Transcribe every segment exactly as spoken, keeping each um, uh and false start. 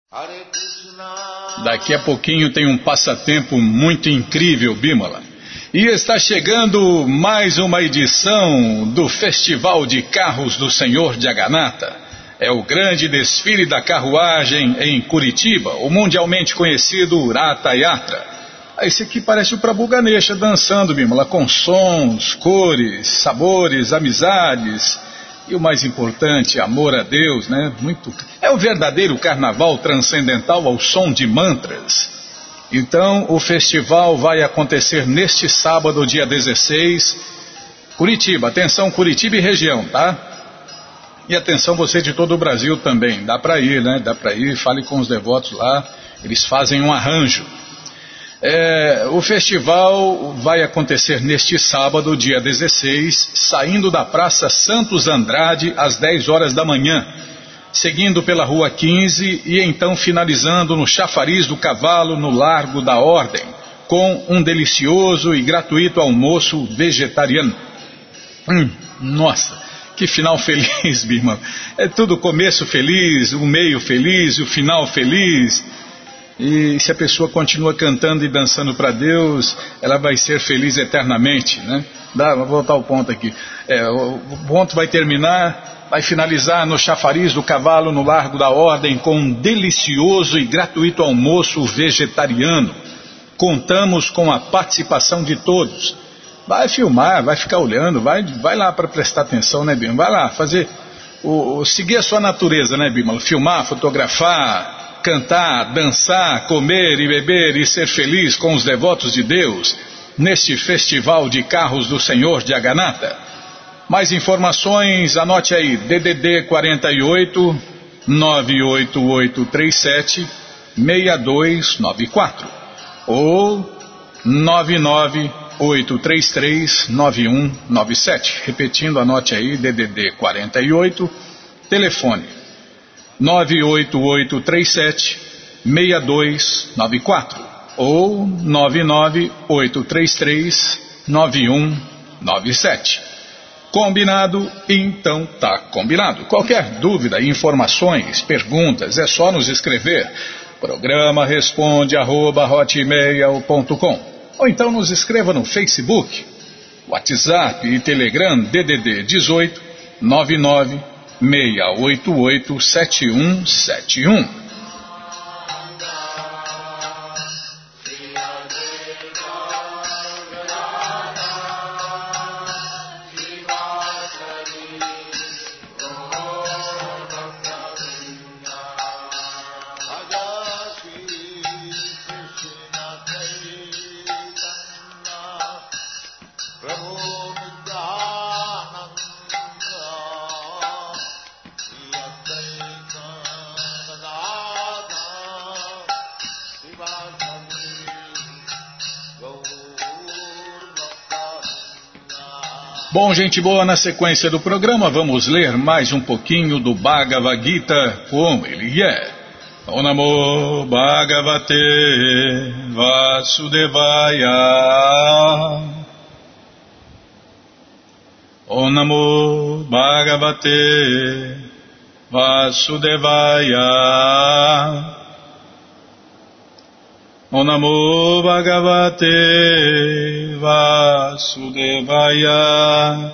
Daqui a pouquinho tem um passatempo muito incrível, Bímola. E está chegando mais uma edição do Festival de Carros do Senhor Jagannatha. É o grande desfile da carruagem em Curitiba, o mundialmente conhecido Ratha Yatra. Esse aqui parece o Prabhu Ganesha dançando, Bímola, com sons, cores, sabores, amizades e o mais importante, amor a Deus, né? Muito... É o verdadeiro carnaval transcendental ao som de mantras. Então, o festival vai acontecer neste sábado, dia dezesseis, Curitiba. Atenção, Curitiba e região, tá? E atenção você de todo o Brasil também. Dá para ir, né? Dá para ir, fale com os devotos lá, eles fazem um arranjo. É, o festival vai acontecer neste sábado, dia dezesseis, saindo da Praça Santos Andrade às dez horas da manhã, seguindo pela Rua quinze e então finalizando no Chafariz do Cavalo, no Largo da Ordem, com um delicioso e gratuito almoço vegetariano. Hum, nossa, que final feliz, Birman. É tudo começo feliz, o meio feliz, o final feliz. E se a pessoa continua cantando e dançando para Deus, ela vai ser feliz eternamente, né? Dá, vou voltar ao ponto aqui. É, o, o ponto vai terminar, vai finalizar no Chafariz do Cavalo, no Largo da Ordem, com um delicioso e gratuito almoço vegetariano. Contamos com a participação de todos. Vai filmar, vai ficar olhando, vai, vai lá para prestar atenção, né, Bímola? Vai lá fazer, o, o, seguir a sua natureza, né, Bímola? Filmar, fotografar, cantar, dançar, comer e beber e ser feliz com os devotos de Deus neste festival de carros do Senhor Jagannatha. Mais informações, anote aí, D D D quarenta e oito, nove oito oito três sete, seis dois nove quatro ou nove nove oito três três, nove um nove sete. Repetindo, anote aí, D D D quarenta e oito, telefone nove oito oito três sete, seis dois nove quatro ou nove nove oito três três, nove um nove sete. Combinado? Então tá combinado. Qualquer dúvida, informações, perguntas, é só nos escrever. Programa responde arroba hotmail ponto com ou então nos escreva no Facebook, WhatsApp e Telegram D D D dezoito, nove nove seis oito oito sete um sete um. Bom, gente boa, na sequência do programa vamos ler mais um pouquinho do Bhagavad Gita como ele é. O Namo Bhagavate Vasudevaya. O Namo Bhagavate Vasudevaya. O Namo Bhagavate Vasudevaya.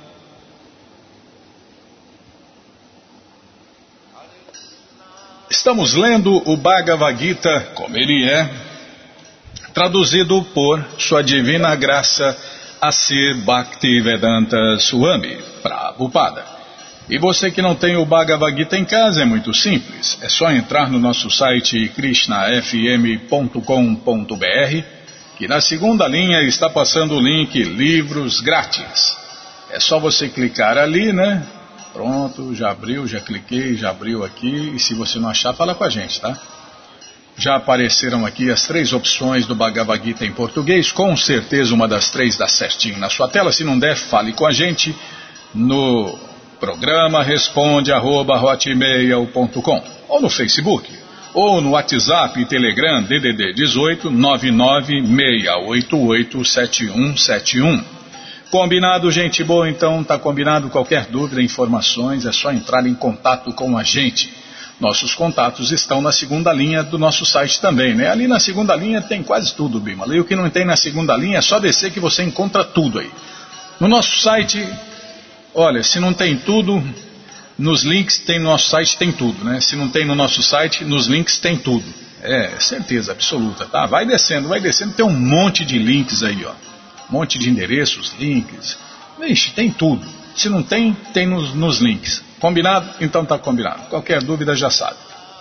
Estamos lendo o Bhagavad Gita como ele é, traduzido por Sua Divina Graça Asir Bhaktivedanta Swami Prabhupada. E você que não tem o Bhagavad Gita em casa, é muito simples. É só entrar no nosso site krishna f m ponto com ponto b r, que na segunda linha está passando o link Livros Grátis. É só você clicar ali, né? Pronto, já abriu, já cliquei, já abriu aqui. E se você não achar, fala com a gente, tá? Já apareceram aqui as três opções do Bhagavad Gita em português. Com certeza uma das três dá certinho na sua tela. Se não der, fale com a gente no programa responde arroba hotmail ponto com ou no Facebook ou no WhatsApp e Telegram D D D dezoito, nove nove seis oito oito sete um sete um. Combinado, gente boa? Então tá combinado. Qualquer dúvida, informações, é só entrar em contato com a gente. Nossos contatos estão na segunda linha do nosso site também, né? Ali na segunda linha tem quase tudo, Bimala. E o que não tem na segunda linha é só descer que você encontra tudo aí. No nosso site, olha, se não tem tudo, nos links tem no nosso site, tem tudo, né? Se não tem no nosso site, nos links tem tudo. É, certeza absoluta, tá? Vai descendo, vai descendo, tem um monte de links aí, ó. Um monte de endereços, links. Vixe, tem tudo. Se não tem, tem nos, nos links. Combinado? Então tá combinado. Qualquer dúvida já sabe.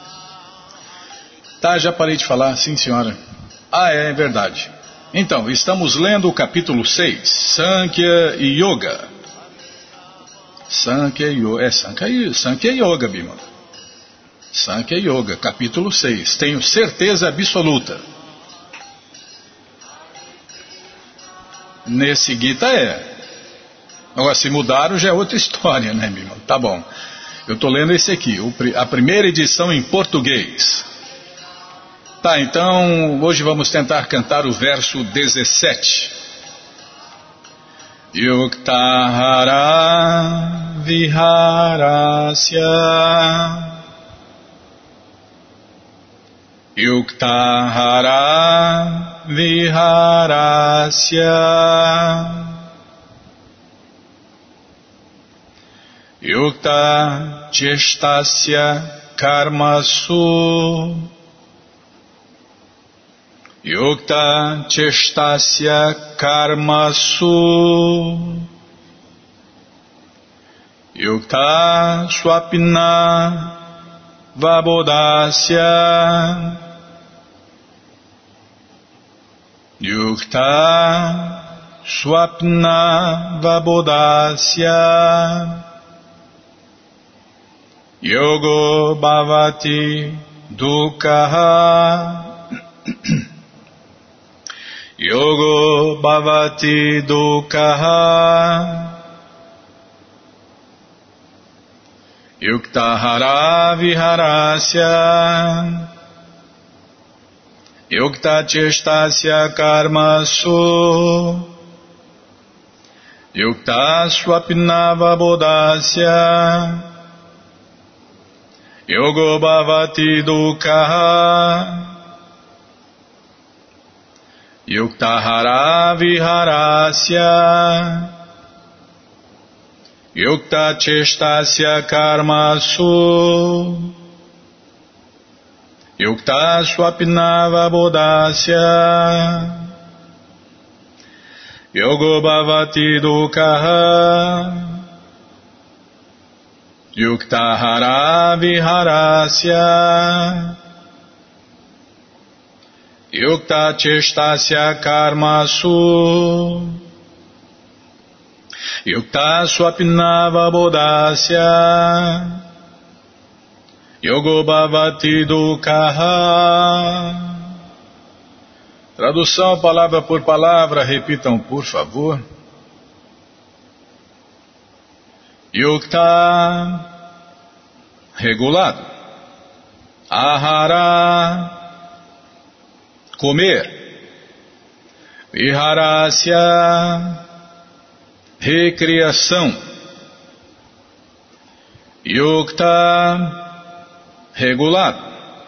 Tá, já parei de falar, sim senhora. Ah, é, é verdade. Então, estamos lendo o capítulo seis, Sankhya Yoga. Sankhya Yoga, é Sankhya, Sankhya Yoga, Bimala. Sankhya Yoga, capítulo seis. Tenho certeza absoluta. Nesse Gita é. Agora, se mudaram já é outra história, né, Bimala? Tá bom. Eu estou lendo esse aqui, o, a primeira edição em português. Tá, então, hoje vamos tentar cantar o verso dezessete. Yuktahara viharasya Yuktahara viharasya Yukta chestasya karmasu Yukta chestasya karmasu Yukta swapna vabodasya Yukta swapna vabodasya Yogo bhavati dukkha Yogo bhavati dukkha Yuktahara viharasya Yukta chestasya karmasu Yukta swapna vabodasya Yogo bhavati dukkha Yuktahara viharasya Yukta chestasya karmasu Yukta swapna vabodasya Yogo bhavati dukkha Yuktahara viharasya Yukta chestasya karmasu Yukta swapna vabodasya Yogo bhavati dukkha. Tradução palavra por palavra, repitam por favor. Yukta, regulado. Ahara, comer. Viharasya, recriação. Yukta, regulado.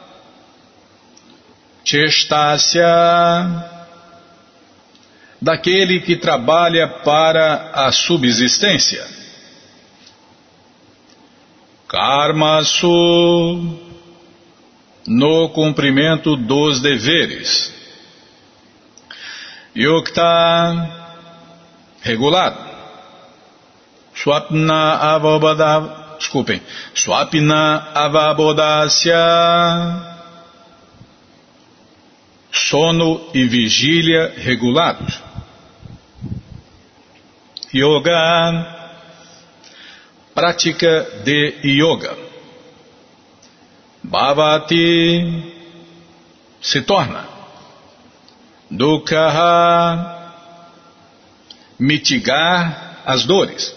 Chestasya, daquele que trabalha para a subsistência. Karmasu, no cumprimento dos deveres. Yukta, regulado. Swapna avabodasya, desculpem, Swapna avabodasya, sono e vigília regulados. Yoga, prática de yoga. Bhavati, se torna. Dukkha, mitigar as dores.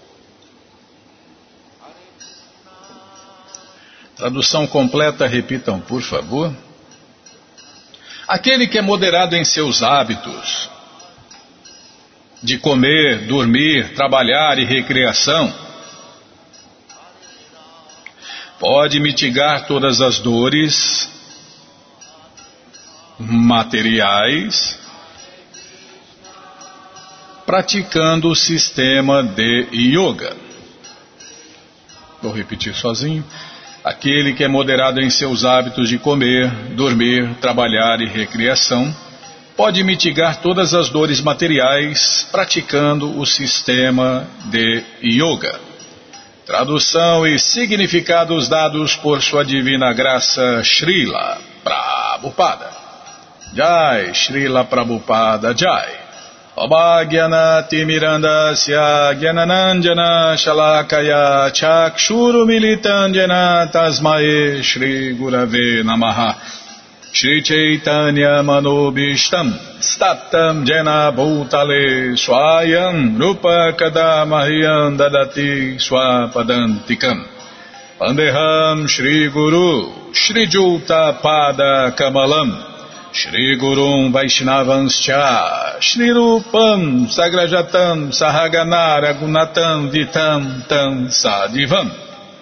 Tradução completa, repitam por favor. Aquele que é moderado em seus hábitos de comer, dormir, trabalhar e recreação, pode mitigar todas as dores materiais praticando o sistema de yoga. Vou repetir sozinho. Aquele que é moderado em seus hábitos de comer, dormir, trabalhar e recreação, pode mitigar todas as dores materiais praticando o sistema de yoga. Tradução e significados dados por sua divina graça Srila Prabhupada. Jai, Srila Prabhupada Jai. Obhagyanati Mirandasya Gyananandjana Shalakaya Chakshuru Militandjana Tasmae Shri Gurave Namaha. Shri Chaitanya Manobishtam Statam Jena Bhutale Swayam Rupa Kadamahyam Dadati Swapadantikam Pandeham Shri Guru Shri Juta Pada Kamalam Shri Gurum Vaishnavanscha Shri Rupam Sagrajatam Sahaganara Gunatam Vitam Tam Sadivam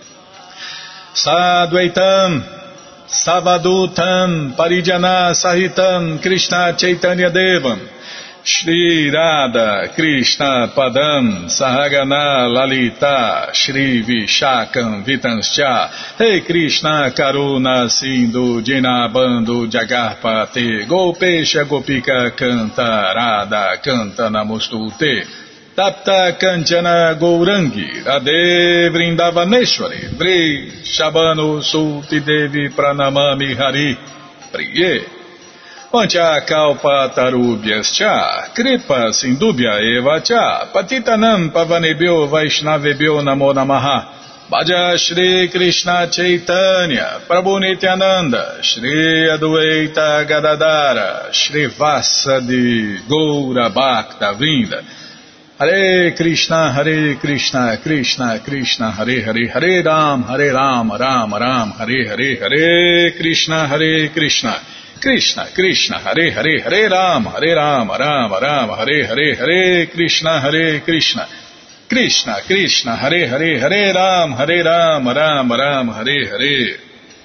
Sadvaitam Savadutam Parijana Sahitam Krishna Chaitanya Devam Shri Radha Krishna Padam Sahagana Lalita Shri Vishakam Vitanscha Rei Krishna Karuna Sindhu Dinabando Jagarpate Gopesha Gopika Canta Radha Canta Namostute Tapta Kanchana Gourangi Radhe Vrindavaneshwari Vri Shabano Sulti Devi Pranamami Hari Priye Pancha Kalpa Tarubhyas Cha Kripa Sindubhya Eva Cha Patitanam Pavanebhyo Vaishnavebhyo Namo Namaha Bhaja Shri Krishna Chaitanya Prabhu Nityananda Shri Adwaita Gadadara Shri Vasadi Goura Bhakta Vrinda Hare Krishna Hare Krishna Krishna Krishna Hare Hare Hare Ram Hare Ram Ram Ram Hare Hare Hare Krishna Hare Krishna Krishna Krishna Hare Hare Hare Ram Hare Ram Ram Ram Hare Hare Hare Krishna Hare Krishna Krishna Krishna Hare Hare Hare Ram Hare Ram Ram Ram Hare Hare.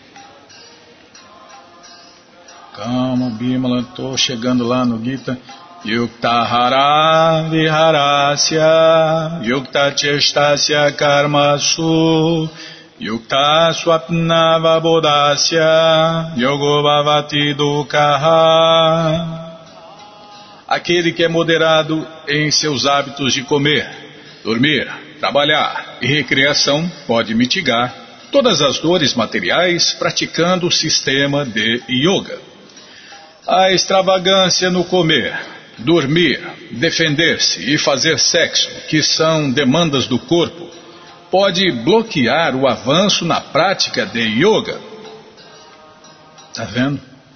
Calma, Bimala, tô chegando lá no Gita. Yuktahara Viharasya Yukta Chestasya Karmasu Yukta Swapnava Bodhasya Yogo Bhavati Dukaha. Aquele que é moderado em seus hábitos de comer, dormir, trabalhar e recreação pode mitigar todas as dores materiais praticando o sistema de yoga. A extravagância no comer, dormir, defender-se e fazer sexo, que são demandas do corpo, pode bloquear o avanço na prática de yoga. Tá vendo?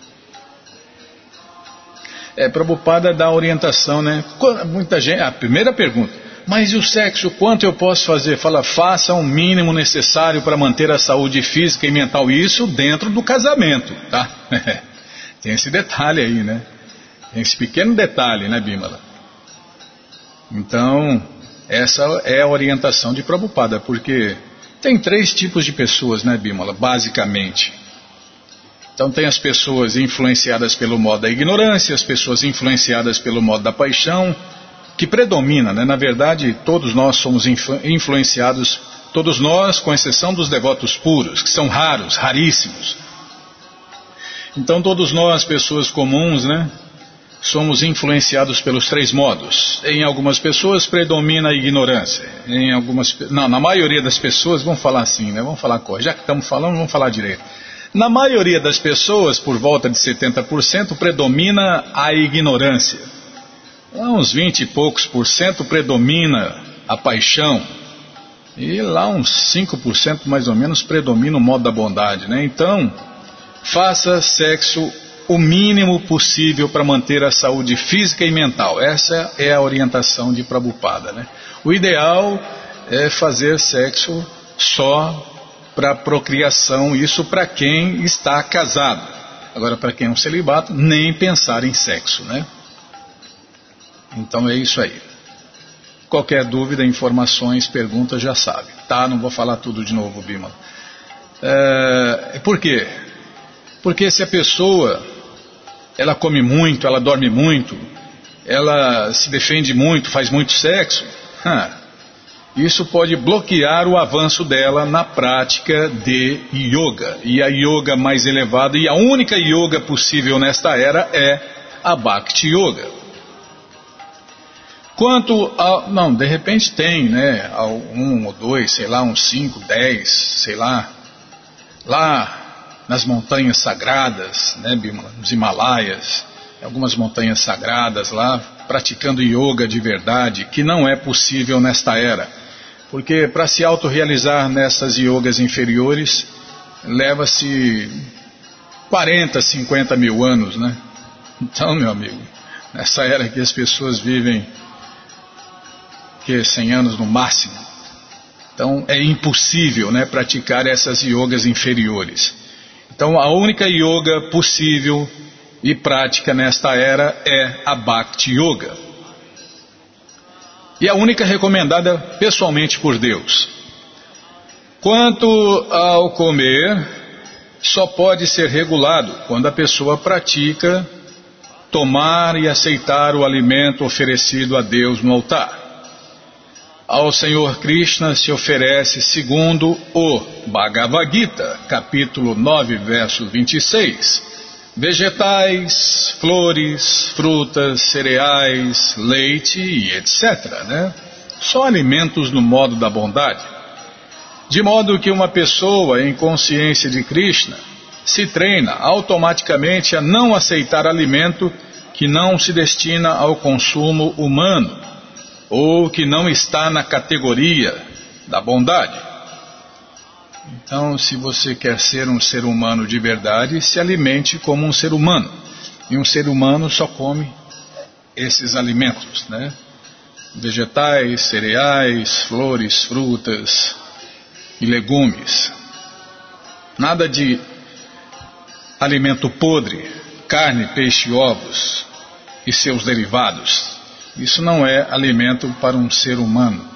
É, Prabhupada dá orientação, né? Muita gente, a primeira pergunta, mas e o sexo, quanto eu posso fazer? Fala, faça o mínimo necessário para manter a saúde física e mental, isso dentro do casamento, tá? Tem esse detalhe aí, né? Tem esse pequeno detalhe, né, Bimala? Então, essa é a orientação de Prabhupada, porque tem três tipos de pessoas, né, Bimala, basicamente. Então tem as pessoas influenciadas pelo modo da ignorância, as pessoas influenciadas pelo modo da paixão, que predomina, né? Na verdade, todos nós somos influ- influenciados, todos nós, com exceção dos devotos puros, que são raros, raríssimos. Então todos nós, pessoas comuns, né, somos influenciados pelos três modos. Em algumas pessoas predomina a ignorância. Em algumas, não, na maioria das pessoas, vamos falar assim, né? Vamos falar coisa. Já que estamos falando, vamos falar direito. Na maioria das pessoas, por volta de setenta por cento, predomina a ignorância. Lá uns vinte e poucos por cento predomina a paixão. E lá uns cinco por cento mais ou menos predomina o modo da bondade, né? Então, faça sexo o mínimo possível para manter a saúde física e mental. Essa é a orientação de Prabhupada, né? O ideal é fazer sexo só para procriação, isso para quem está casado. Agora, para quem é um celibato, nem pensar em sexo, né? Então é isso aí. Qualquer dúvida, informações, perguntas, já sabe. Tá, não vou falar tudo de novo, Bimala. É, por quê? Porque se a pessoa, ela come muito, ela dorme muito, ela se defende muito, faz muito sexo, hum, isso pode bloquear o avanço dela na prática de yoga. E a yoga mais elevada, e a única yoga possível nesta era é a Bhakti Yoga. Quanto a... Não, de repente tem, né? Um ou dois, sei lá, uns cinco, dez, sei lá. Lá nas montanhas sagradas, né, Bímola? Nos Himalaias, algumas montanhas sagradas lá, praticando yoga de verdade, que não é possível nesta era. Porque para se autorrealizar nessas yogas inferiores, leva-se quarenta, cinquenta mil anos, né? Então, meu amigo, nessa era que as pessoas vivem que cem anos no máximo, então é impossível, né, praticar essas yogas inferiores. Então a única yoga possível e prática nesta era é a Bhakti Yoga. E a única recomendada pessoalmente por Deus. Quanto ao comer, só pode ser regulado quando a pessoa pratica tomar e aceitar o alimento oferecido a Deus no altar. Ao Senhor Krishna se oferece segundo o Bhagavad Gita, capítulo nove, verso vinte e seis, vegetais, flores, frutas, cereais, leite e etcétera, né? Só alimentos no modo da bondade. De modo que uma pessoa em consciência de Krishna se treina automaticamente a não aceitar alimento que não se destina ao consumo humano, ou que não está na categoria da bondade. Então, se você quer ser um ser humano de verdade, se alimente como um ser humano. E um ser humano só come esses alimentos, né? Vegetais, cereais, flores, frutas e legumes. Nada de alimento podre, carne, peixe, ovos e seus derivados. Isso não é alimento para um ser humano.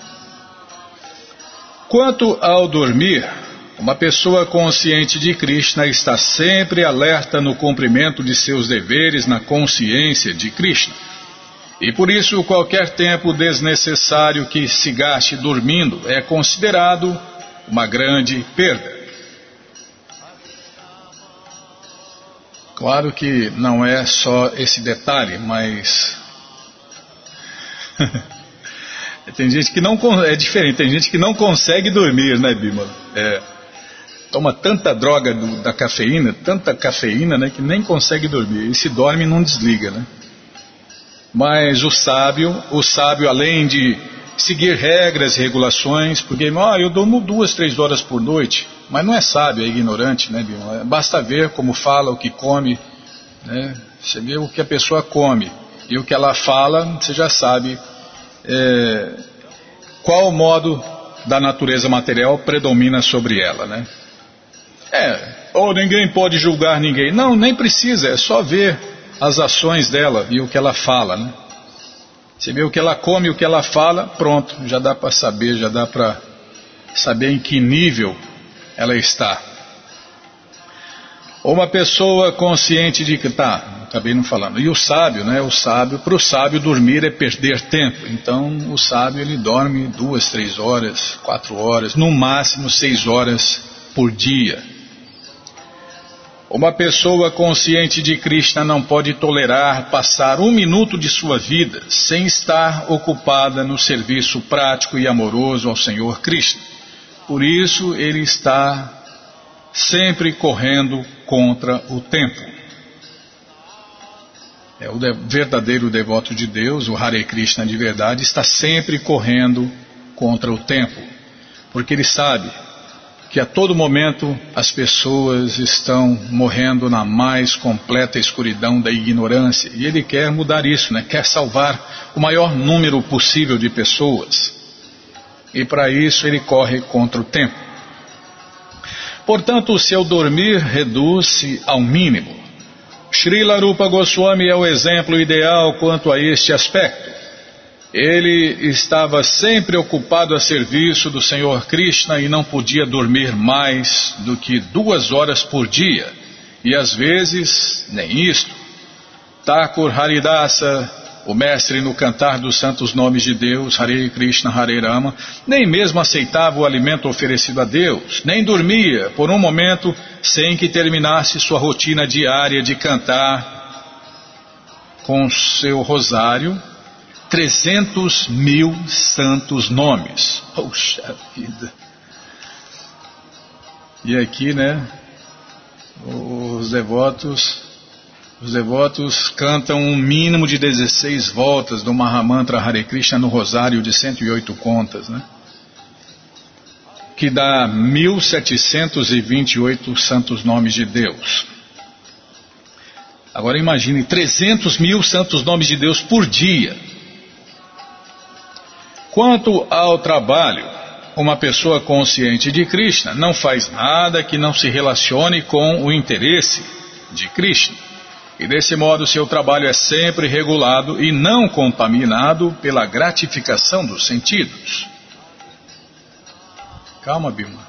Quanto ao dormir, uma pessoa consciente de Krishna está sempre alerta no cumprimento de seus deveres na consciência de Krishna. E por isso qualquer tempo desnecessário que se gaste dormindo é considerado uma grande perda. Claro que não é só esse detalhe, mas tem gente que não é diferente, tem gente que não consegue dormir, né, Bímola? É, toma tanta droga do, da cafeína, tanta cafeína, né, que nem consegue dormir. E se dorme não desliga, né? Mas o sábio, o sábio além de seguir regras e regulações, porque ah, eu durmo duas, três horas por noite, mas não é sábio, é ignorante, né, Bímola? Basta ver como fala, o que come, né? Você vê o que a pessoa come e o que ela fala, você já sabe é, qual o modo da natureza material predomina sobre ela, né? É, ou ninguém pode julgar ninguém. Não, nem precisa, é só ver as ações dela e o que ela fala, né? Você vê o que ela come e o que ela fala, pronto, já dá para saber, já dá para saber em que nível ela está. Ou uma pessoa consciente de que, tá, acabei não falando, e o sábio, né, o sábio, para o sábio dormir é perder tempo, então o sábio ele dorme duas, três horas, quatro horas, no máximo seis horas por dia. Uma pessoa consciente de Krishna não pode tolerar passar um minuto de sua vida sem estar ocupada no serviço prático e amoroso ao Senhor Krishna. Por isso ele está sempre correndo contra o tempo. É, o de, verdadeiro devoto de Deus, o Hare Krishna de verdade, está sempre correndo contra o tempo, porque ele sabe que a todo momento as pessoas estão morrendo na mais completa escuridão da ignorância, e ele quer mudar isso, né? Quer salvar o maior número possível de pessoas, e para isso ele corre contra o tempo. Portanto, o seu dormir reduz-se ao mínimo. Srila Rupa Goswami é o exemplo ideal quanto a este aspecto. Ele estava sempre ocupado a serviço do Senhor Krishna e não podia dormir mais do que duas horas por dia, e às vezes nem isto. Thakur Haridasa, o mestre no cantar dos santos nomes de Deus, Hare Krishna, Hare Rama, nem mesmo aceitava o alimento oferecido a Deus, nem dormia por um momento sem que terminasse sua rotina diária de cantar com seu rosário trezentos mil santos nomes. Poxa vida! E aqui, né, os devotos... Os devotos cantam um mínimo de dezesseis voltas do Mahamantra Hare Krishna no rosário de cento e oito contas, né? Que dá mil setecentos e vinte e oito santos nomes de Deus. Agora imagine trezentos mil santos nomes de Deus por dia. Quanto ao trabalho, uma pessoa consciente de Krishna não faz nada que não se relacione com o interesse de Krishna. E desse modo seu trabalho é sempre regulado e não contaminado pela gratificação dos sentidos. Calma, Bima.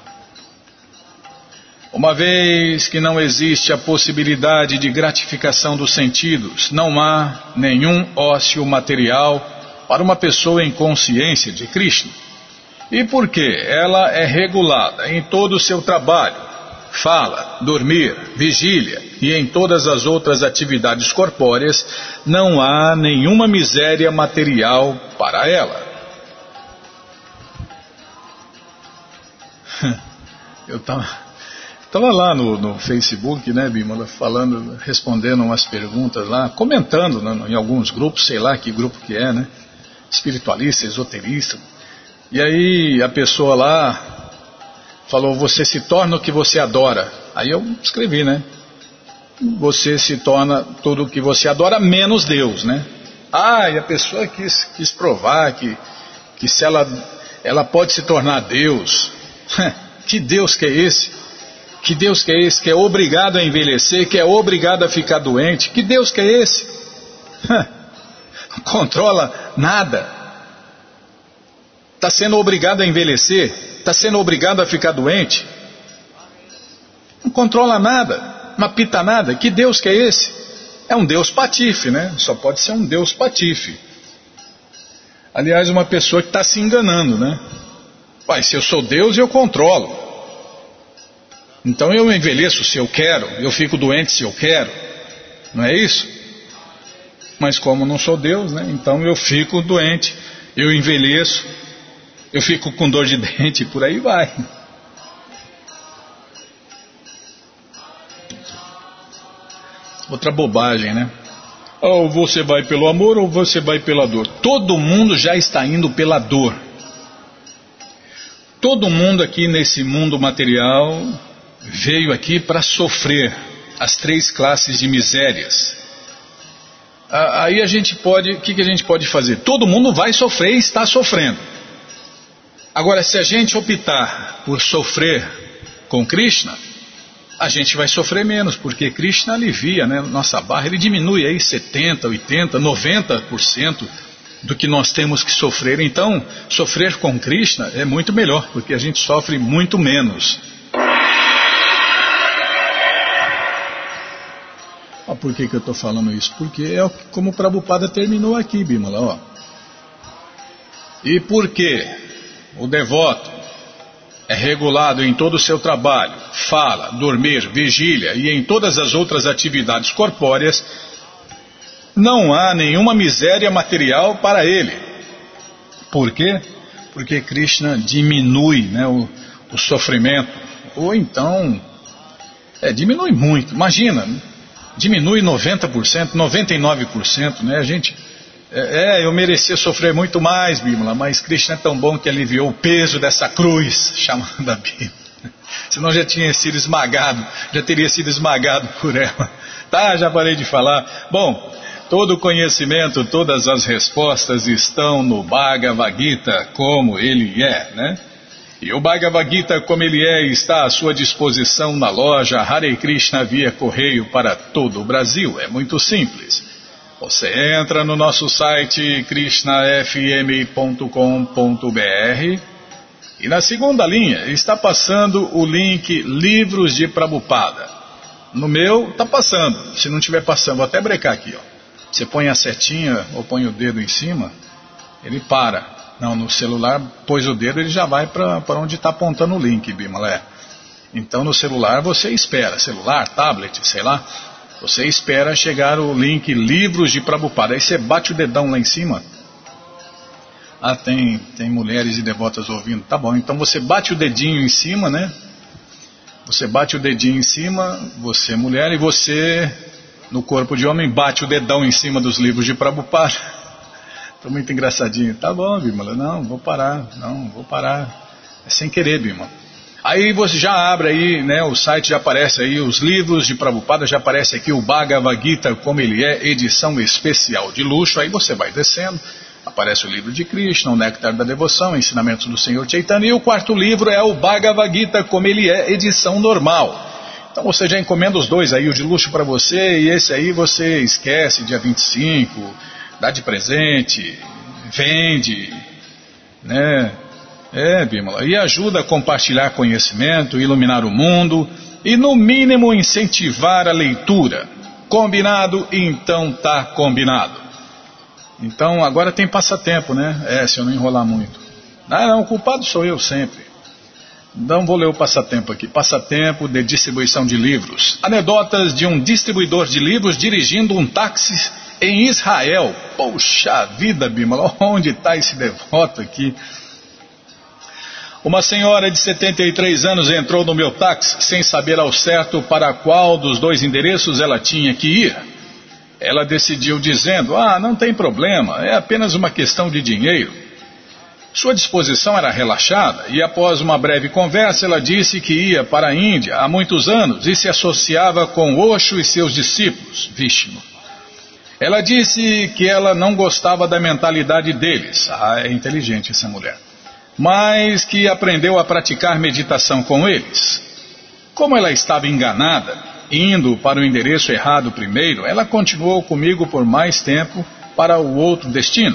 Uma vez que não existe a possibilidade de gratificação dos sentidos, não há nenhum ócio material para uma pessoa em consciência de Krishna. E por quê? Ela é regulada em todo o seu trabalho. Fala, dormir, vigília e em todas as outras atividades corpóreas, não há nenhuma miséria material para ela. Eu estava tava lá no, no Facebook, né, Bímola, falando, respondendo umas perguntas lá, comentando, né, em alguns grupos, sei lá que grupo que é, né, espiritualista, esoterista. E aí a pessoa lá falou, você se torna o que você adora. Aí eu escrevi, né? Você se torna tudo o que você adora, menos Deus, né? Ah, e a pessoa quis, quis provar que, que se ela, ela pode se tornar Deus. Que Deus que é esse? Que Deus que é esse? Que é obrigado a envelhecer, que é obrigado a ficar doente. Que Deus que é esse? Não controla nada. Está sendo obrigado a envelhecer? Está sendo obrigado a ficar doente? Não controla nada, não apita nada. Que Deus que é esse? É um Deus patife, né? Só pode ser um Deus patife. Aliás, uma pessoa que está se enganando, né? Pai, se eu sou Deus, eu controlo. Então eu envelheço se eu quero, eu fico doente se eu quero. Não é isso? Mas como não sou Deus, né? Então eu fico doente, eu envelheço, eu fico com dor de dente, por aí vai. Outra bobagem, né? Ou você vai pelo amor ou você vai pela dor. Todo mundo já está indo pela dor. Todo mundo aqui nesse mundo material veio aqui para sofrer as três classes de misérias. Aí a gente pode, o que, que a gente pode fazer? Todo mundo vai sofrer e está sofrendo. Agora, se a gente optar por sofrer com Krishna, a gente vai sofrer menos, porque Krishna alivia, né, nossa barra, ele diminui aí setenta, oitenta, noventa por cento do que nós temos que sofrer. Então, sofrer com Krishna é muito melhor, porque a gente sofre muito menos. Ah, por que, que eu estou falando isso? Porque é como o Prabhupada terminou aqui, Bimala, ó. E por que o devoto é regulado em todo o seu trabalho, fala, dormir, vigília e em todas as outras atividades corpóreas, não há nenhuma miséria material para ele. Por quê? Porque Krishna diminui, né, o, o sofrimento. Ou então, é, diminui muito. Imagina, diminui noventa por cento, noventa e nove por cento, né? A gente, é, é, eu merecia sofrer muito mais, Bímola, mas Krishna é tão bom que aliviou o peso dessa cruz, chamando a Bímola. Senão já tinha sido esmagado, já teria sido esmagado por ela. Tá, já parei de falar. Bom, todo o conhecimento, todas as respostas estão no Bhagavad Gita, como ele é, né? E o Bhagavad Gita, como ele é, está à sua disposição na loja Hare Krishna via correio para todo o Brasil. É muito simples. Você entra no nosso site krishna f m ponto com ponto b r e na segunda linha está passando o link Livros de Prabhupada. No meu está passando, se não estiver passando, vou até brecar aqui, ó. Você põe a setinha ou põe o dedo em cima, ele para. Não, no celular, pôs o dedo, ele já vai para onde está apontando o link, Bimala. Então no celular você espera, celular, tablet, sei lá, você espera chegar o link Livros de Prabhupada. Aí você bate o dedão lá em cima. Ah, tem, tem mulheres e devotas ouvindo. Tá bom, então você bate o dedinho em cima, né? Você bate o dedinho em cima, você mulher, e você, no corpo de homem, bate o dedão em cima dos Livros de Prabhupada. Tô muito engraçadinho. Tá bom, Bimala. Não, vou parar. Não, vou parar. É sem querer, Bimala. Aí você já abre aí, né, o site já aparece aí, os Livros de Prabhupada, já aparece aqui o Bhagavad Gita, como ele é, edição especial de luxo. Aí você vai descendo, aparece o livro de Krishna, o Néctar da Devoção, Ensinamentos do Senhor Chaitanya, e o quarto livro é o Bhagavad Gita, como ele é, edição normal. Então você já encomenda os dois aí, o de luxo para você, e esse aí você esquece, dia vinte e cinco, dá de presente, vende, né? É, Bimala, e ajuda a compartilhar conhecimento, iluminar o mundo e, no mínimo, incentivar a leitura. Combinado? Então tá combinado. Então, agora tem passatempo, né? É, se eu não enrolar muito. Ah, não, o culpado sou eu sempre. Então, vou ler o passatempo aqui. Passatempo de distribuição de livros. Anedotas de um distribuidor de livros dirigindo um táxi em Israel. Poxa vida, Bimala, onde está esse devoto aqui? Uma senhora de setenta e três anos entrou no meu táxi sem saber ao certo para qual dos dois endereços ela tinha que ir. Ela decidiu dizendo, ah, não tem problema, é apenas uma questão de dinheiro. Sua disposição era relaxada e após uma breve conversa ela disse que ia para a Índia há muitos anos e se associava com Osho e seus discípulos, Vishnu. Ela disse que ela não gostava da mentalidade deles. Ah, é inteligente essa mulher. Mas que aprendeu a praticar meditação com eles. Como ela estava enganada, indo para o endereço errado primeiro, ela continuou comigo por mais tempo para o outro destino.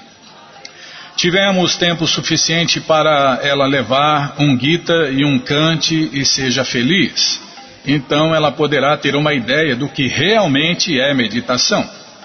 Tivemos tempo suficiente para ela levar um Gita e um cante e seja feliz. Então ela poderá ter uma ideia do que realmente é meditação.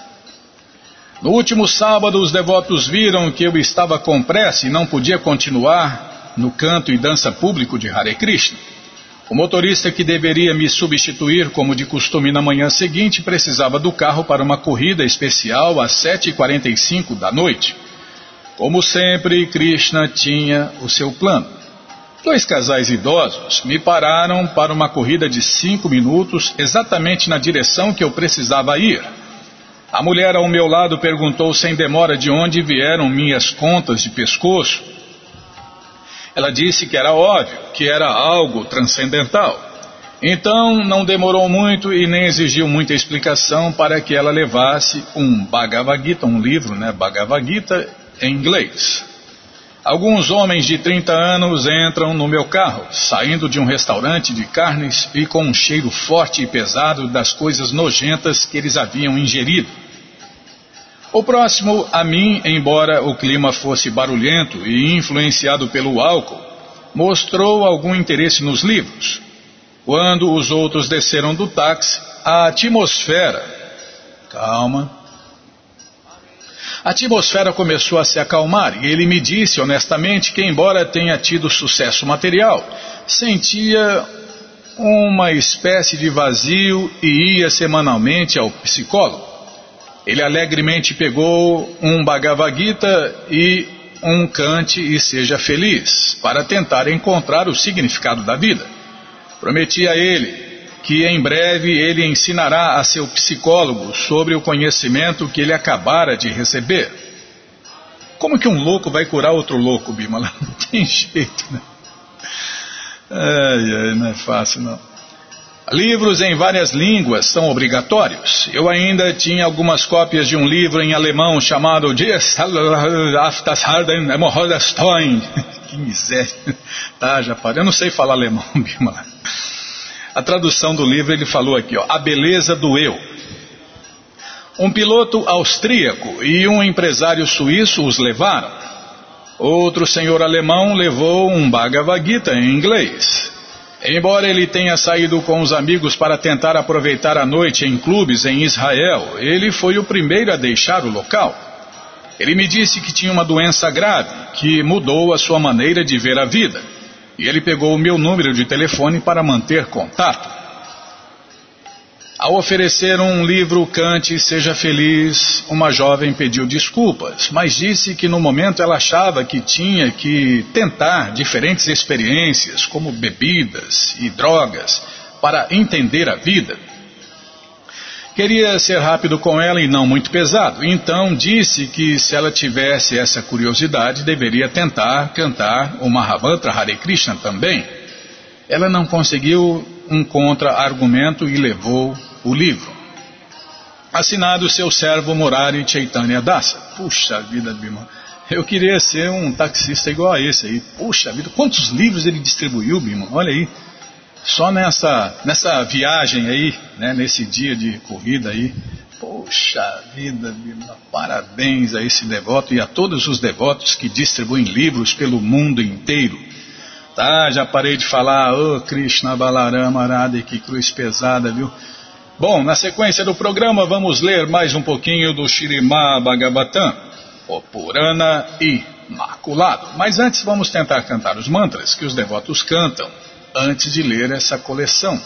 No último sábado, os devotos viram que eu estava com pressa e não podia continuar no canto e dança público de Hare Krishna. O motorista que deveria me substituir, como de costume na manhã seguinte, precisava do carro para uma corrida especial às sete e quarenta e cinco da noite. Como sempre, Krishna tinha o seu plano. Dois casais idosos me pararam para uma corrida de cinco minutos, exatamente na direção que eu precisava ir. A mulher ao meu lado perguntou sem demora de onde vieram minhas contas de pescoço. Ela disse que era óbvio, que era algo transcendental. Então não demorou muito e nem exigiu muita explicação para que ela levasse um Bhagavad Gita, um livro, né, Bhagavad Gita em inglês. Alguns homens de trinta anos entram no meu carro, saindo de um restaurante de carnes e com um cheiro forte e pesado das coisas nojentas que eles haviam ingerido. O próximo a mim, embora o clima fosse barulhento e influenciado pelo álcool, mostrou algum interesse nos livros. Quando os outros desceram do táxi, a atmosfera... Calma... A atmosfera começou a se acalmar e ele me disse honestamente que, embora tenha tido sucesso material, sentia uma espécie de vazio e ia semanalmente ao psicólogo. Ele alegremente pegou um Bhagavad Gita e um cante e seja feliz, para tentar encontrar o significado da vida. Prometi a ele que em breve ele ensinará a seu psicólogo sobre o conhecimento que ele acabara de receber. Como que um louco vai curar outro louco, Bimala? Não tem jeito, né? Ai, ai, não é fácil, não. Livros em várias línguas são obrigatórios. Eu ainda tinha algumas cópias de um livro em alemão chamado Dies auf das Harden Hemorrhoidestoin. Que miséria. Tá, já parei. Eu não sei falar alemão, Bimala. A tradução do livro ele falou aqui, ó, A Beleza do Eu. Um piloto austríaco e um empresário suíço os levaram. Outro senhor alemão levou um Bhagavad Gita em inglês. Embora ele tenha saído com os amigos para tentar aproveitar a noite em clubes em Israel, ele foi o primeiro a deixar o local. Ele me disse que tinha uma doença grave, que mudou a sua maneira de ver a vida. E ele pegou o meu número de telefone para manter contato. Ao oferecer um livro Cante, Seja Feliz, uma jovem pediu desculpas, mas disse que no momento ela achava que tinha que tentar diferentes experiências, como bebidas e drogas, para entender a vida. Queria ser rápido com ela e não muito pesado, então disse que se ela tivesse essa curiosidade, deveria tentar cantar o Mahamantra Hare Krishna também. Ela não conseguiu um contra-argumento e levou o livro. Assinado seu servo Murari Chaitanya Dasa. Puxa vida, Bima. Eu queria ser um taxista igual a esse aí. Puxa vida, quantos livros ele distribuiu, Bima? Olha aí. Só nessa, nessa viagem aí, né, nesse dia de corrida aí. Poxa vida, Bima. Parabéns a esse devoto e a todos os devotos que distribuem livros pelo mundo inteiro. Tá, já parei de falar, ô oh, Krishna Balarama Radha, que cruz pesada, viu? Bom, na sequência do programa vamos ler mais um pouquinho do Śrīmad Bhagavatam, o Purana Imaculado. Mas antes vamos tentar cantar os mantras que os devotos cantam, antes de ler essa coleção.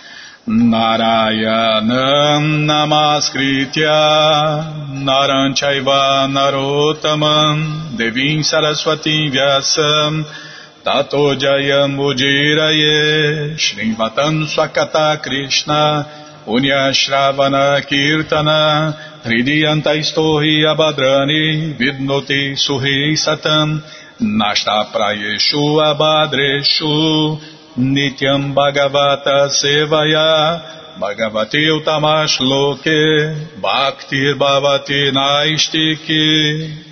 Narayanam Namaskritya Naram Chaiva Narottamam Devim Saraswatim Vyasam Tato Jayam Ujiraye Shrivatam Swakata Krishna Punya Shravana Kirtana Hridiyanta Istohi Abhadrani Vidnoti Suhi Satam Nashta Prayeshu Abhadreshu Nityam Bhagavata Sevaya Bhagavati Utamash Loke Bhaktir Bhavati Naistiki.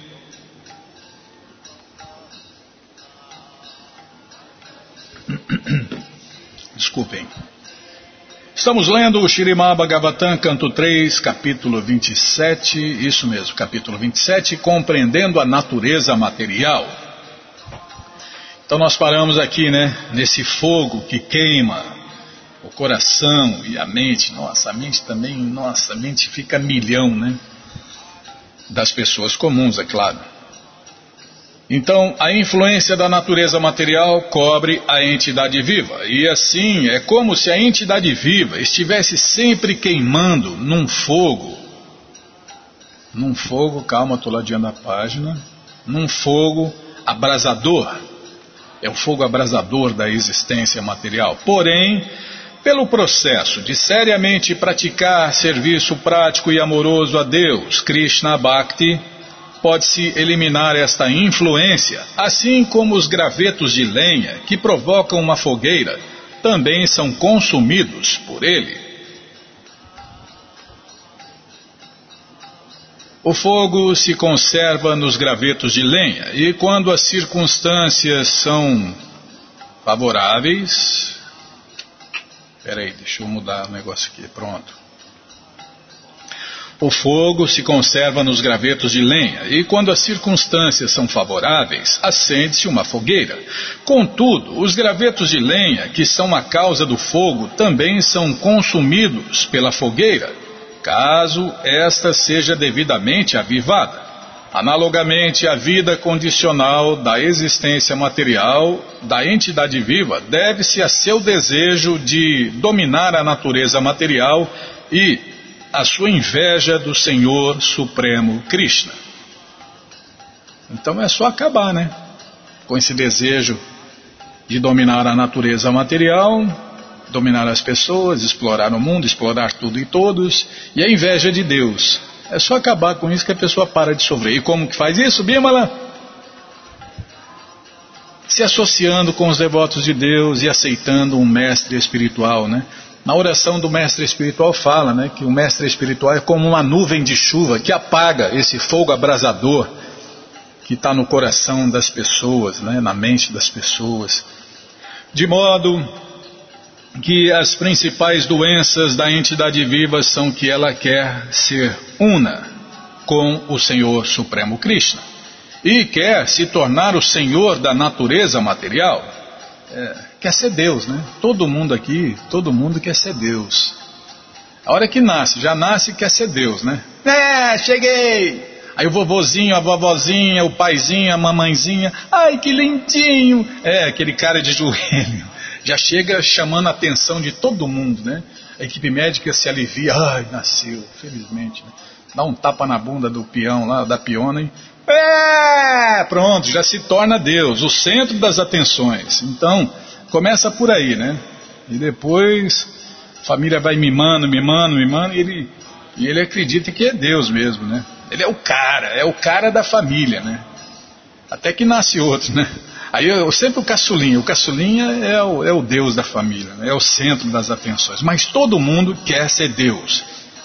Desculpem. Estamos lendo o Śrīmad Bhagavatam, canto três, capítulo vinte e sete, isso mesmo, capítulo vinte e sete, compreendendo a natureza material. Então nós paramos aqui, né, nesse fogo que queima o coração e a mente. Nossa, a mente também, nossa, a mente fica milhão, né, das pessoas comuns, é claro. Então, a influência da natureza material cobre a entidade viva. E assim, é como se a entidade viva estivesse sempre queimando num fogo. Num fogo, calma, estou ladeando a página. Num fogo abrasador. É o fogo abrasador da existência material. Porém, pelo processo de seriamente praticar serviço prático e amoroso a Deus, Krishna Bhakti, pode-se eliminar esta influência, assim como os gravetos de lenha que provocam uma fogueira também são consumidos por ele. O fogo se conserva nos gravetos de lenha e quando as circunstâncias são favoráveis... Peraí, deixa eu mudar o negócio aqui, pronto. O fogo se conserva nos gravetos de lenha e quando as circunstâncias são favoráveis, acende-se uma fogueira. Contudo, os gravetos de lenha, que são a causa do fogo, também são consumidos pela fogueira, caso esta seja devidamente avivada. Analogamente, a vida condicional da existência material da entidade viva deve-se a seu desejo de dominar a natureza material e a sua inveja do Senhor Supremo Krishna. Então é só acabar, né? Com esse desejo de dominar a natureza material, dominar as pessoas, explorar o mundo, explorar tudo e todos, e a inveja de Deus. É só acabar com isso que a pessoa para de sofrer. E como que faz isso, Bimala? Se associando com os devotos de Deus e aceitando um mestre espiritual, né? Na oração do mestre espiritual fala, né, que o mestre espiritual é como uma nuvem de chuva que apaga esse fogo abrasador que está no coração das pessoas, né, na mente das pessoas, de modo que as principais doenças da entidade viva são que ela quer ser una com o Senhor Supremo Krishna e quer se tornar o Senhor da natureza material. É, quer ser Deus, né? Todo mundo aqui, todo mundo quer ser Deus. A hora que nasce, já nasce e quer ser Deus, né? É, cheguei! Aí o vovozinho, a vovozinha, o paizinho, a mamãezinha, ai que lindinho! É, aquele cara de joelho, já chega chamando a atenção de todo mundo, né? A equipe médica se alivia, ai, nasceu, felizmente, né? Dá um tapa na bunda do peão lá, da piona e... É, pronto, já se torna Deus, o centro das atenções. Então, começa por aí, né? E depois, a família vai mimando, mimando, mimando, e ele, e ele acredita que é Deus mesmo, né? Ele é o cara, é o cara da família, né? Até que nasce outro, né? Aí eu sempre o caçulinha, o caçulinha é o, é o Deus da família, né? É o centro das atenções. Mas todo mundo quer ser Deus.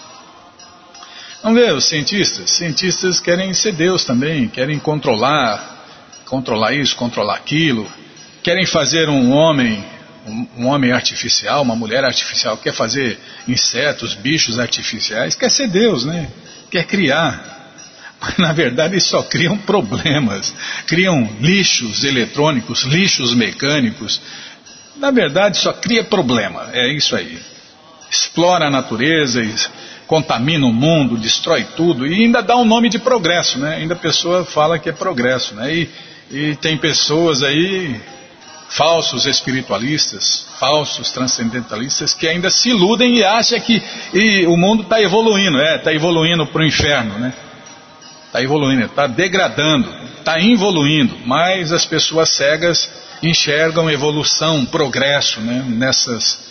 Vamos ver, os cientistas, cientistas querem ser Deus também, querem controlar, controlar isso, controlar aquilo, querem fazer um homem, um, um homem artificial, uma mulher artificial, quer fazer insetos, bichos artificiais, quer ser Deus, né? Quer criar. Mas na verdade eles só criam problemas, criam lixos eletrônicos, lixos mecânicos. Na verdade só cria problema, é isso aí. Explora a natureza, contamina o mundo, destrói tudo e ainda dá um nome de progresso, né? Ainda a pessoa fala que é progresso, né? E, e tem pessoas aí, falsos espiritualistas, falsos transcendentalistas, que ainda se iludem e acham que e o mundo está evoluindo, é, está evoluindo para o inferno, né? Está evoluindo, está degradando, está involuindo, mas as pessoas cegas enxergam evolução, progresso, né? Nessas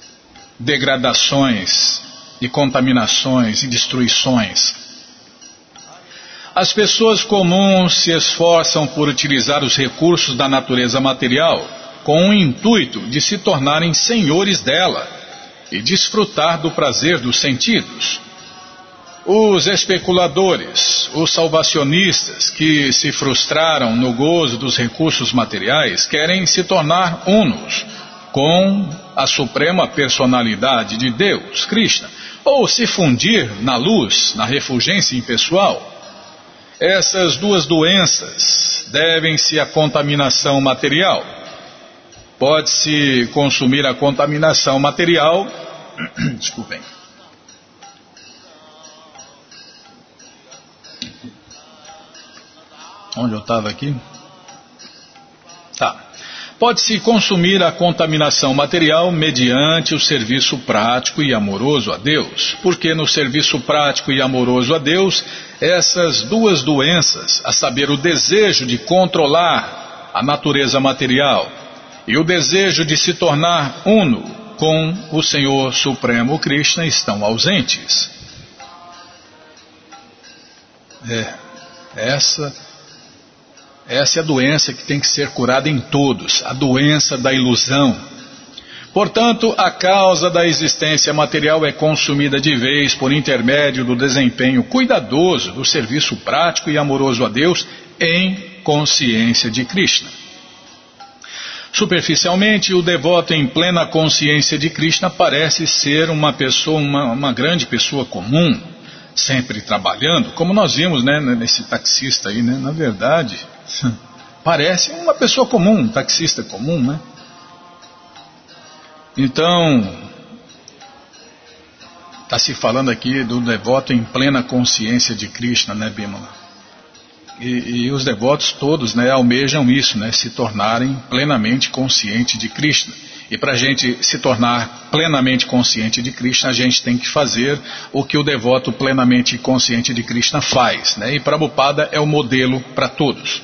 degradações e contaminações e destruições. As pessoas comuns se esforçam por utilizar os recursos da natureza material com o intuito de se tornarem senhores dela e desfrutar do prazer dos sentidos. Os especuladores, os salvacionistas que se frustraram no gozo dos recursos materiais querem se tornar unos com a suprema personalidade de Deus, Krishna, ou se fundir na luz, na refulgência impessoal. Essas duas doenças devem-se à contaminação material. Pode-se consumir a contaminação material, desculpem, onde eu estava aqui? Tá. Pode-se consumir a contaminação material mediante o serviço prático e amoroso a Deus, porque no serviço prático e amoroso a Deus, essas duas doenças, a saber, o desejo de controlar a natureza material e o desejo de se tornar uno com o Senhor Supremo Krishna, estão ausentes. É, essa... Essa é a doença que tem que ser curada em todos, a doença da ilusão. Portanto, a causa da existência material é consumida de vez por intermédio do desempenho cuidadoso do serviço prático e amoroso a Deus em consciência de Krishna. Superficialmente, o devoto em plena consciência de Krishna parece ser uma pessoa, uma, uma grande pessoa comum, sempre trabalhando, como nós vimos, né, nesse taxista aí, né, na verdade... Parece uma pessoa comum, um taxista comum, né? Então, está se falando aqui do devoto em plena consciência de Krishna, né, Bimala? E, e os devotos todos, né, almejam isso, né, se tornarem plenamente conscientes de Krishna. E para a gente se tornar plenamente consciente de Krishna, a gente tem que fazer o que o devoto plenamente consciente de Krishna faz, né? E Prabhupada é o modelo para todos.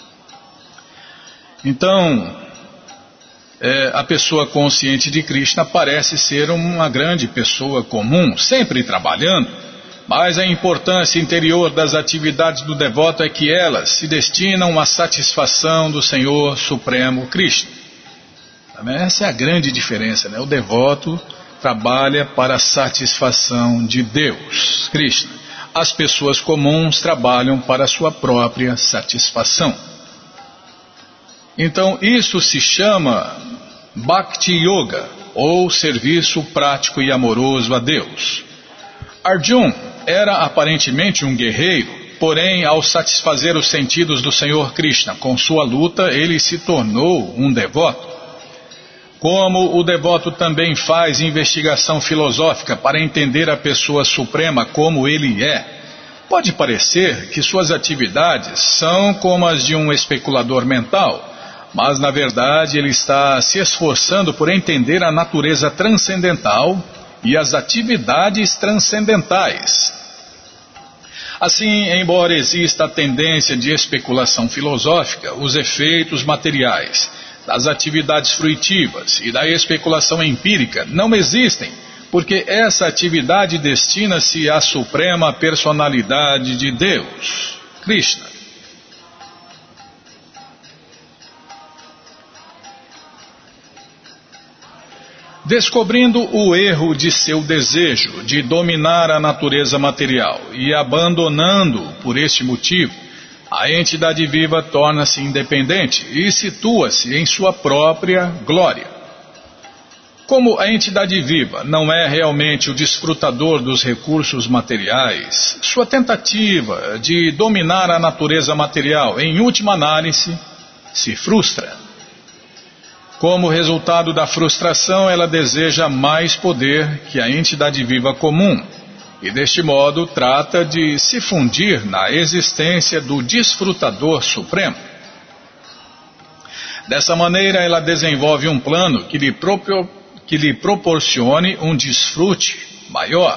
Então, é, a pessoa consciente de Krishna parece ser uma grande pessoa comum, sempre trabalhando, mas a importância interior das atividades do devoto é que elas se destinam à satisfação do Senhor Supremo Krishna. Essa é a grande diferença, né? O devoto trabalha para a satisfação de Deus, Krishna. As pessoas comuns trabalham para a sua própria satisfação. Então, isso se chama Bhakti Yoga, ou serviço prático e amoroso a Deus. Arjuna era aparentemente um guerreiro, porém, ao satisfazer os sentidos do Senhor Krishna com sua luta, ele se tornou um devoto. Como o devoto também faz investigação filosófica para entender a pessoa suprema como ele é, pode parecer que suas atividades são como as de um especulador mental, mas na verdade ele está se esforçando por entender a natureza transcendental e as atividades transcendentais. Assim, embora exista a tendência de especulação filosófica, os efeitos materiais das atividades fruitivas e da especulação empírica não existem, porque essa atividade destina-se à suprema personalidade de Deus, Krishna. Descobrindo o erro de seu desejo de dominar a natureza material e abandonando por este motivo, a entidade viva torna-se independente e situa-se em sua própria glória. Como a entidade viva não é realmente o desfrutador dos recursos materiais, sua tentativa de dominar a natureza material, em última análise, se frustra. Como resultado da frustração, ela deseja mais poder que a entidade viva comum, e deste modo trata de se fundir na existência do desfrutador supremo. Dessa maneira, ela desenvolve um plano que lhe, proprio, que lhe proporcione um desfrute maior.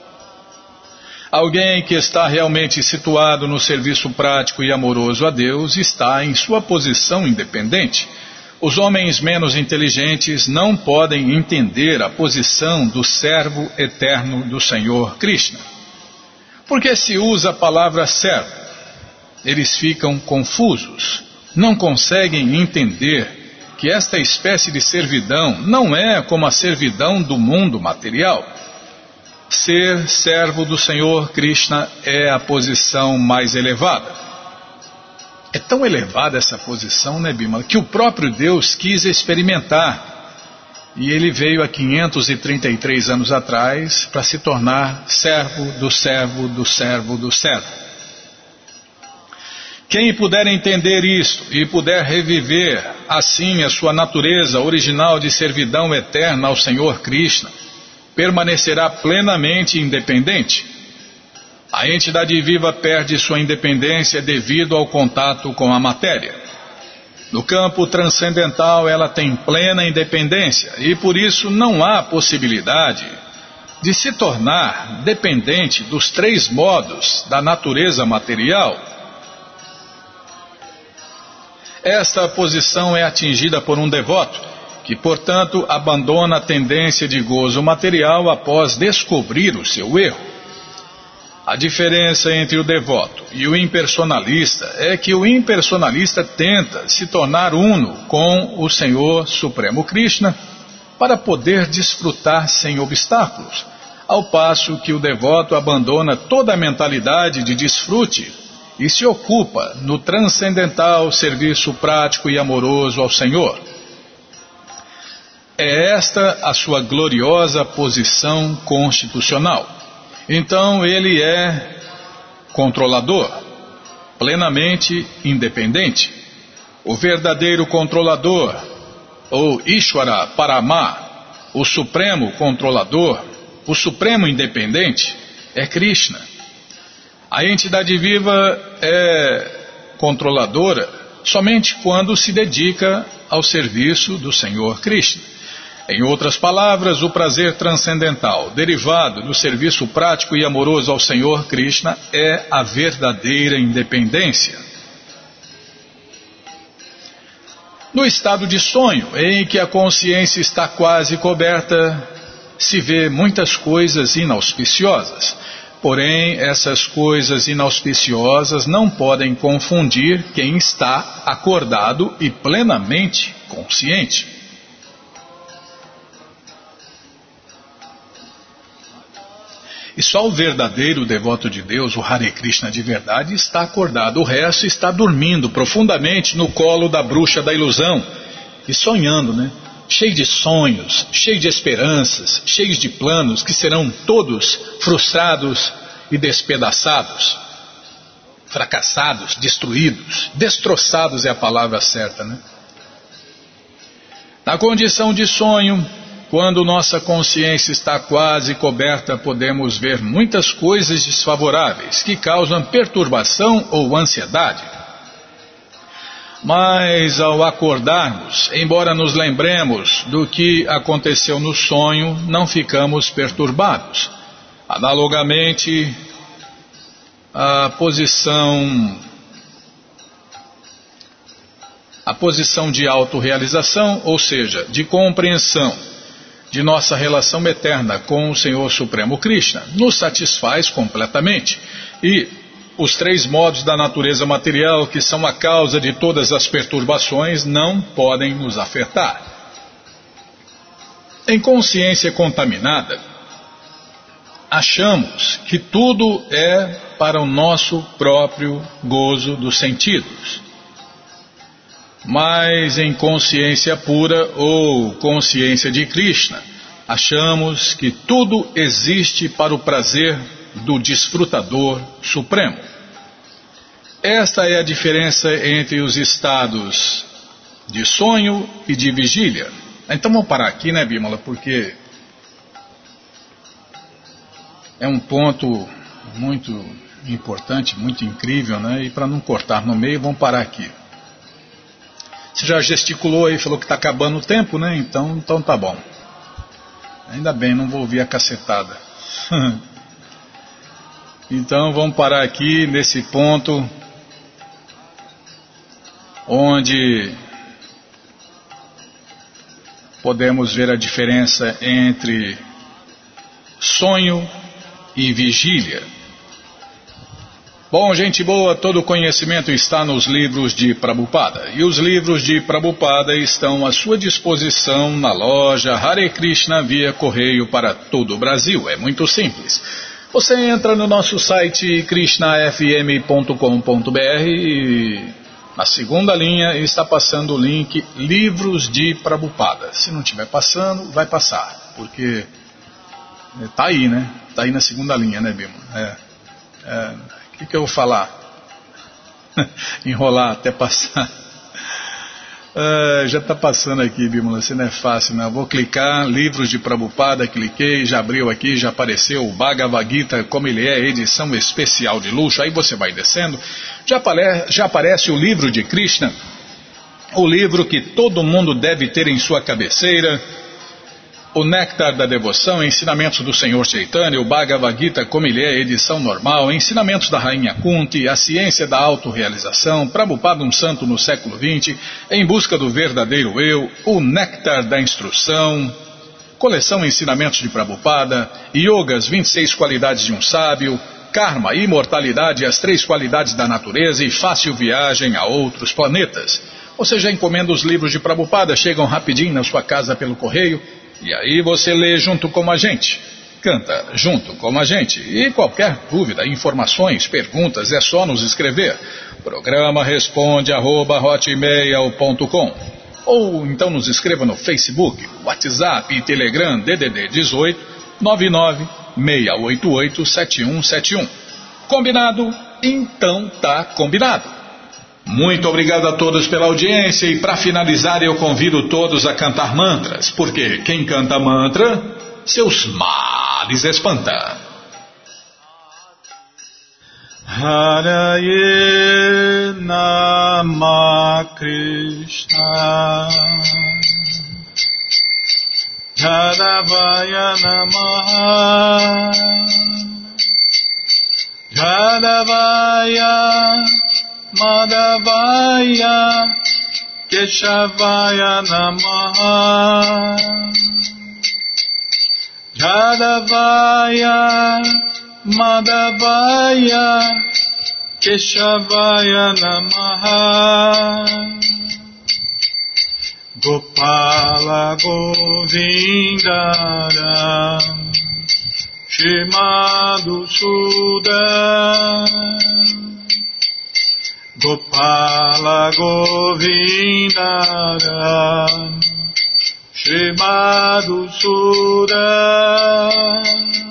Alguém que está realmente situado no serviço prático e amoroso a Deus está em sua posição independente. Os homens menos inteligentes não podem entender a posição do servo eterno do Senhor Krishna. Porque se usa a palavra servo, eles ficam confusos, não conseguem entender que esta espécie de servidão não é como a servidão do mundo material. Ser servo do Senhor Krishna é a posição mais elevada. É tão elevada essa posição, né, Bimala, que o próprio Deus quis experimentar. E ele veio há quinhentos e trinta e três anos atrás para se tornar servo do servo do servo do servo. Quem puder entender isto e puder reviver assim a sua natureza original de servidão eterna ao Senhor Krishna, permanecerá plenamente independente. A entidade viva perde sua independência devido ao contato com a matéria. No campo transcendental ela tem plena independência e por isso não há possibilidade de se tornar dependente dos três modos da natureza material. Esta posição é atingida por um devoto, que portanto abandona a tendência de gozo material após descobrir o seu erro. A diferença entre o devoto e o impersonalista é que o impersonalista tenta se tornar uno com o Senhor Supremo Krishna para poder desfrutar sem obstáculos, ao passo que o devoto abandona toda a mentalidade de desfrute e se ocupa no transcendental serviço prático e amoroso ao Senhor. É esta a sua gloriosa posição constitucional. Então ele é controlador, plenamente independente. O verdadeiro controlador, ou Ishvara Parama, o supremo controlador, o supremo independente, é Krishna. A entidade viva é controladora somente quando se dedica ao serviço do Senhor Krishna. Em outras palavras, o prazer transcendental, derivado do serviço prático e amoroso ao Senhor Krishna, é a verdadeira independência. No estado de sonho, em que a consciência está quase coberta, se vê muitas coisas inauspiciosas. Porém, essas coisas inauspiciosas não podem confundir quem está acordado e plenamente consciente. E só o verdadeiro devoto de Deus, o Hare Krishna de verdade, está acordado. O resto está dormindo profundamente no colo da bruxa da ilusão e sonhando, né? cheio de sonhos, cheio de esperanças, cheios de planos que serão todos frustrados e despedaçados, fracassados, destruídos, destroçados é a palavra certa, né? Na condição de sonho, quando nossa consciência está quase coberta, podemos ver muitas coisas desfavoráveis que causam perturbação ou ansiedade. Mas ao acordarmos, embora nos lembremos do que aconteceu no sonho, não ficamos perturbados. Analogamente, a posição, a posição de autorrealização, ou seja, de compreensão de nossa relação eterna com o Senhor Supremo Krishna, nos satisfaz completamente. E os três modos da natureza material, que são a causa de todas as perturbações, não podem nos afetar. Em consciência contaminada, achamos que tudo é para o nosso próprio gozo dos sentidos. Mas em consciência pura ou consciência de Krishna, achamos que tudo existe para o prazer do desfrutador supremo. Esta é a diferença entre os estados de sonho e de vigília. Então vamos parar aqui, né, Bímola, porque é um ponto muito importante, muito incrível, né? E para não cortar no meio, vamos parar aqui. Você já gesticulou aí, falou que está acabando o tempo, né? Então, então tá bom. Ainda bem, não vou ouvir a cacetada. Então vamos parar aqui nesse ponto onde podemos ver a diferença entre sonho e vigília. Bom, gente boa, todo conhecimento está nos livros de Prabhupada. E os livros de Prabhupada estão à sua disposição na loja Hare Krishna via correio para todo o Brasil. É muito simples. Você entra no nosso site krishna f m ponto com ponto b r e na segunda linha está passando o link Livros de Prabhupada. Se não estiver passando, vai passar, porque está aí, né? Está aí na segunda linha, né, Bima? É. é o que, que eu vou falar? Enrolar até passar. Uh, já está passando aqui, Bímola, se não é fácil, não. Eu vou clicar, Livros de Prabhupada, cliquei, já abriu aqui, já apareceu o Bhagavad Gita, como ele é, edição especial de luxo. Aí você vai descendo, já, apare, já aparece o livro de Krishna, o livro que todo mundo deve ter em sua cabeceira, o Néctar da Devoção, Ensinamentos do Senhor Chaitanya, o Bhagavad Gita, como ele é, edição normal, Ensinamentos da Rainha Kunti, a Ciência da Autorrealização, Prabhupada, um Santo no século vinte, Em Busca do Verdadeiro Eu, o Néctar da Instrução, Coleção Ensinamentos de Prabhupada, Yogas, vinte e seis Qualidades de um Sábio, Karma, Imortalidade, as Três Qualidades da Natureza e Fácil Viagem a Outros Planetas. Você já encomenda os livros de Prabhupada, chegam rapidinho na sua casa pelo correio, e aí você lê junto com a gente, canta junto com a gente. E qualquer dúvida, informações, perguntas, é só nos escrever. Programa responde arroba hotmail ponto com. Ou então nos escreva no Facebook, WhatsApp e Telegram D D D dezoito, nove nove, seis oito oito, sete um sete um. Combinado? Então tá combinado. Muito obrigado a todos pela audiência e para finalizar eu convido todos a cantar mantras, porque quem canta mantra, seus males espanta. Haraye Nama Krishna Jadavaya Namaha Jadavaya Madhavaya Keshavaya Namaha Jadavaya Madhavaya Keshavaya Namaha Gopala Govindaram Shrimadu Sudam Gopala Govindaram Shri Madhusudana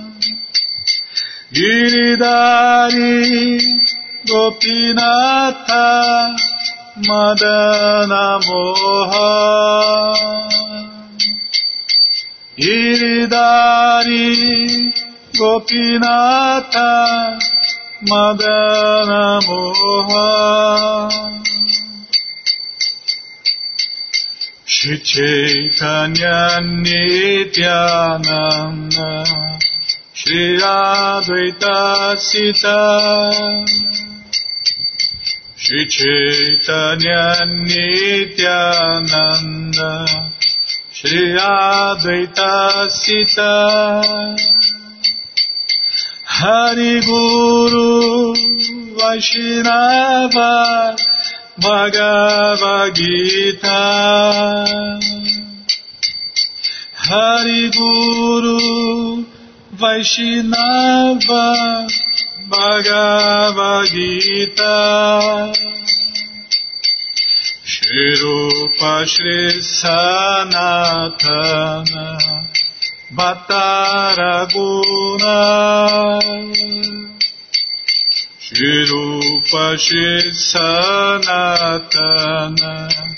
Giridhari Gopinatha Madana Moha Giridhari Gopinatha Madana Moha Shri Chaitanya Nityananda Shri Advaita Sita Shri Chaitanya Nityananda Shri Advaita Sita Hari Guru Vaishnava Bhagavad Gita Hari Guru Vaishnava Bhagavad Gita Shri Rupa Shri Sanatana Bhattaraguna Shri Rupa Shri Sanatana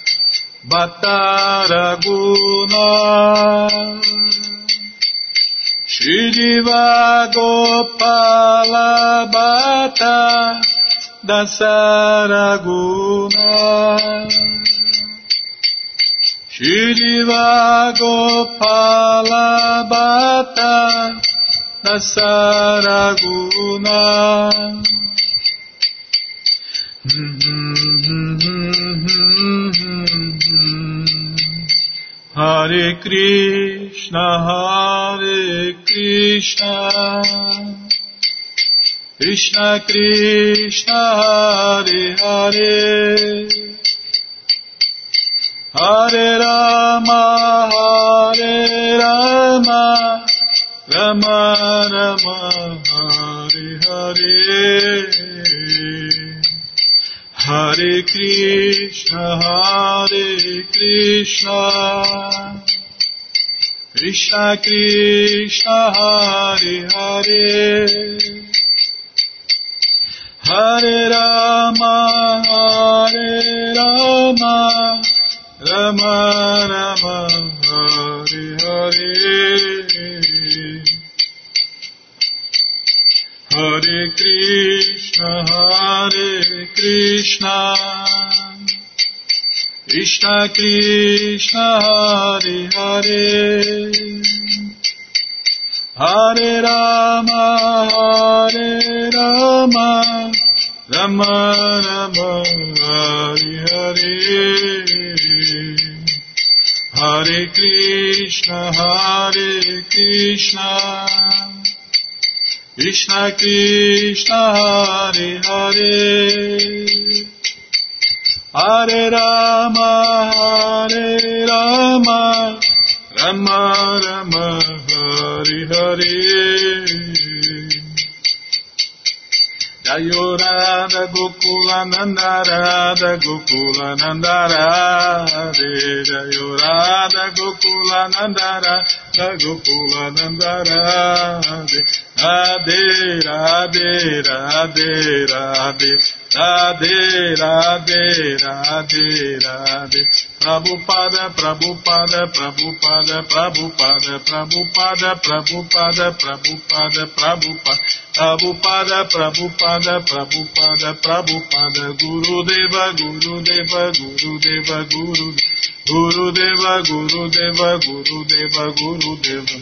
Bhattaraguna Shri Diva Gopala Bhatta Dasaraguna Shri Diva Gopala Bhatta Dasaraguna Hare Krishna Hare Krishna Krishna Krishna Hare Hare Hare Rama Hare Rama Rama Rama Hare Hare Hare Krishna Hare Krishna Krishna Krishna Hare Hare Hare Rama Hare Rama Rama Rama Hare Hare Hare Krishna Hare Krishna Krishna Krishna Hare Hare Hare Rama Hare Rama Rama Rama Hare Hare Hare Krishna Hare Krishna Krishna Krishna Hare Hare Hare Rama Hare Rama Rama Rama Hare Hare Jayo Radha Gokula Nanda Radha Gokula Nanda Radhe Jayo Radha Gokula Nanda Radha Gokula Nanda Radhe Radhe Radhe Radhe Radhe Radhe Radhe Radhe Radhe Prabhupada Prabhupada Prabhupada Prabhupada Prabhupada Prabhupada Prabhupada Prabhupada Prabhupada Prabhupada Prabhupada Prabhupada Gurudeva Gurudeva Gurudeva Gurudeva Gurudeva Gurudeva Gurudeva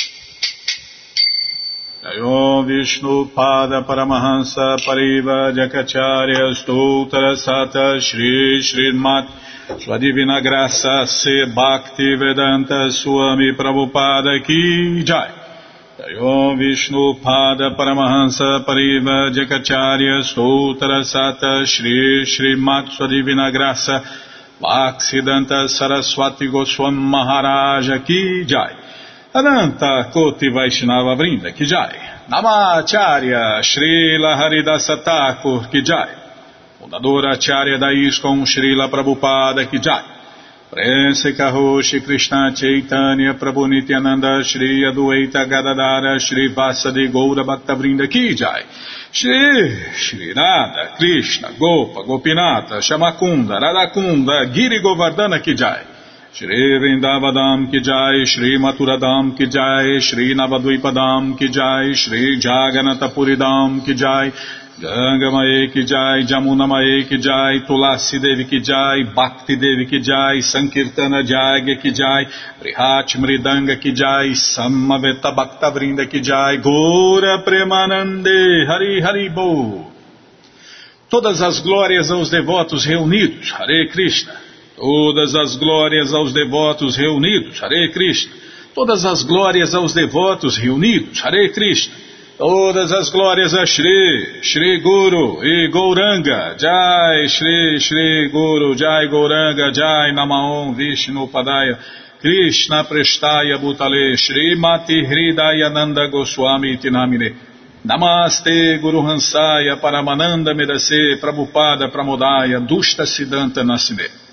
Jayom Vishnu Pada Paramahansa Pariva Jakacharya Stoutra Sata Shri Srimat Sua Divina Graça Se Bhakti Vedanta Swami Prabhupada Ki Jai Jayom Vishnu Pada Paramahansa Pariva Jakacharya Stoutra Sata Shri Srimat Sua Divina Graça Bhaksidanta Saraswati Goswami Maharaja Ki Jai Ananta Koti Vaishnava Vrinda Ki Jai Namacharya Srila Haridasa Thakur Ki Jai Fundadora Acharya da ISKCON Srila Prabhupada Ki Jai Prense Kaho Shri Krishna Chaitanya Prabhu Nityananda Shri Adwaita Gadadara Shri Vasadi Goura Bhaktavrinda Ki Jai. Shri Shri Radha Krishna Gopa Gopinata Shamakunda Radakunda Giri Govardhana Ki Jai. Shri Vrindavadam Ki Jai, Shri Maturadam Ki Jai, Shri Navadvipadam Ki Jai, Shri Jaganatapuridam Ki Jai, Ganga Mae Ki Jai, Jamuna Mae Ki Jai, Tulasi Devi Ki Jai, Bhakti Devi Ki Jai, Sankirtana Jagya Ki Jai, Prihat Mridanga Ki Jai, Samaveta Bhaktavrinda Ki Jai, Gora Premanande, Hari Hari Bo. Todas as glórias aos devotos reunidos, Hare Krishna. Todas as glórias aos devotos reunidos, Hare Krishna. Todas as glórias aos devotos reunidos, Hare Krishna. Todas as glórias a Shri, Shri Guru e Gauranga, Jai Shri, Shri Guru, Jai Gauranga, Jai Namaon Vishnu Padaya, Krishna Prestaya Bhutale, Shri Mati Hridayananda Goswami Tinamine. Namaste Guru Hansaya Paramananda Medase Prabhupada Pramodaya Dushta Siddhanta Nasine.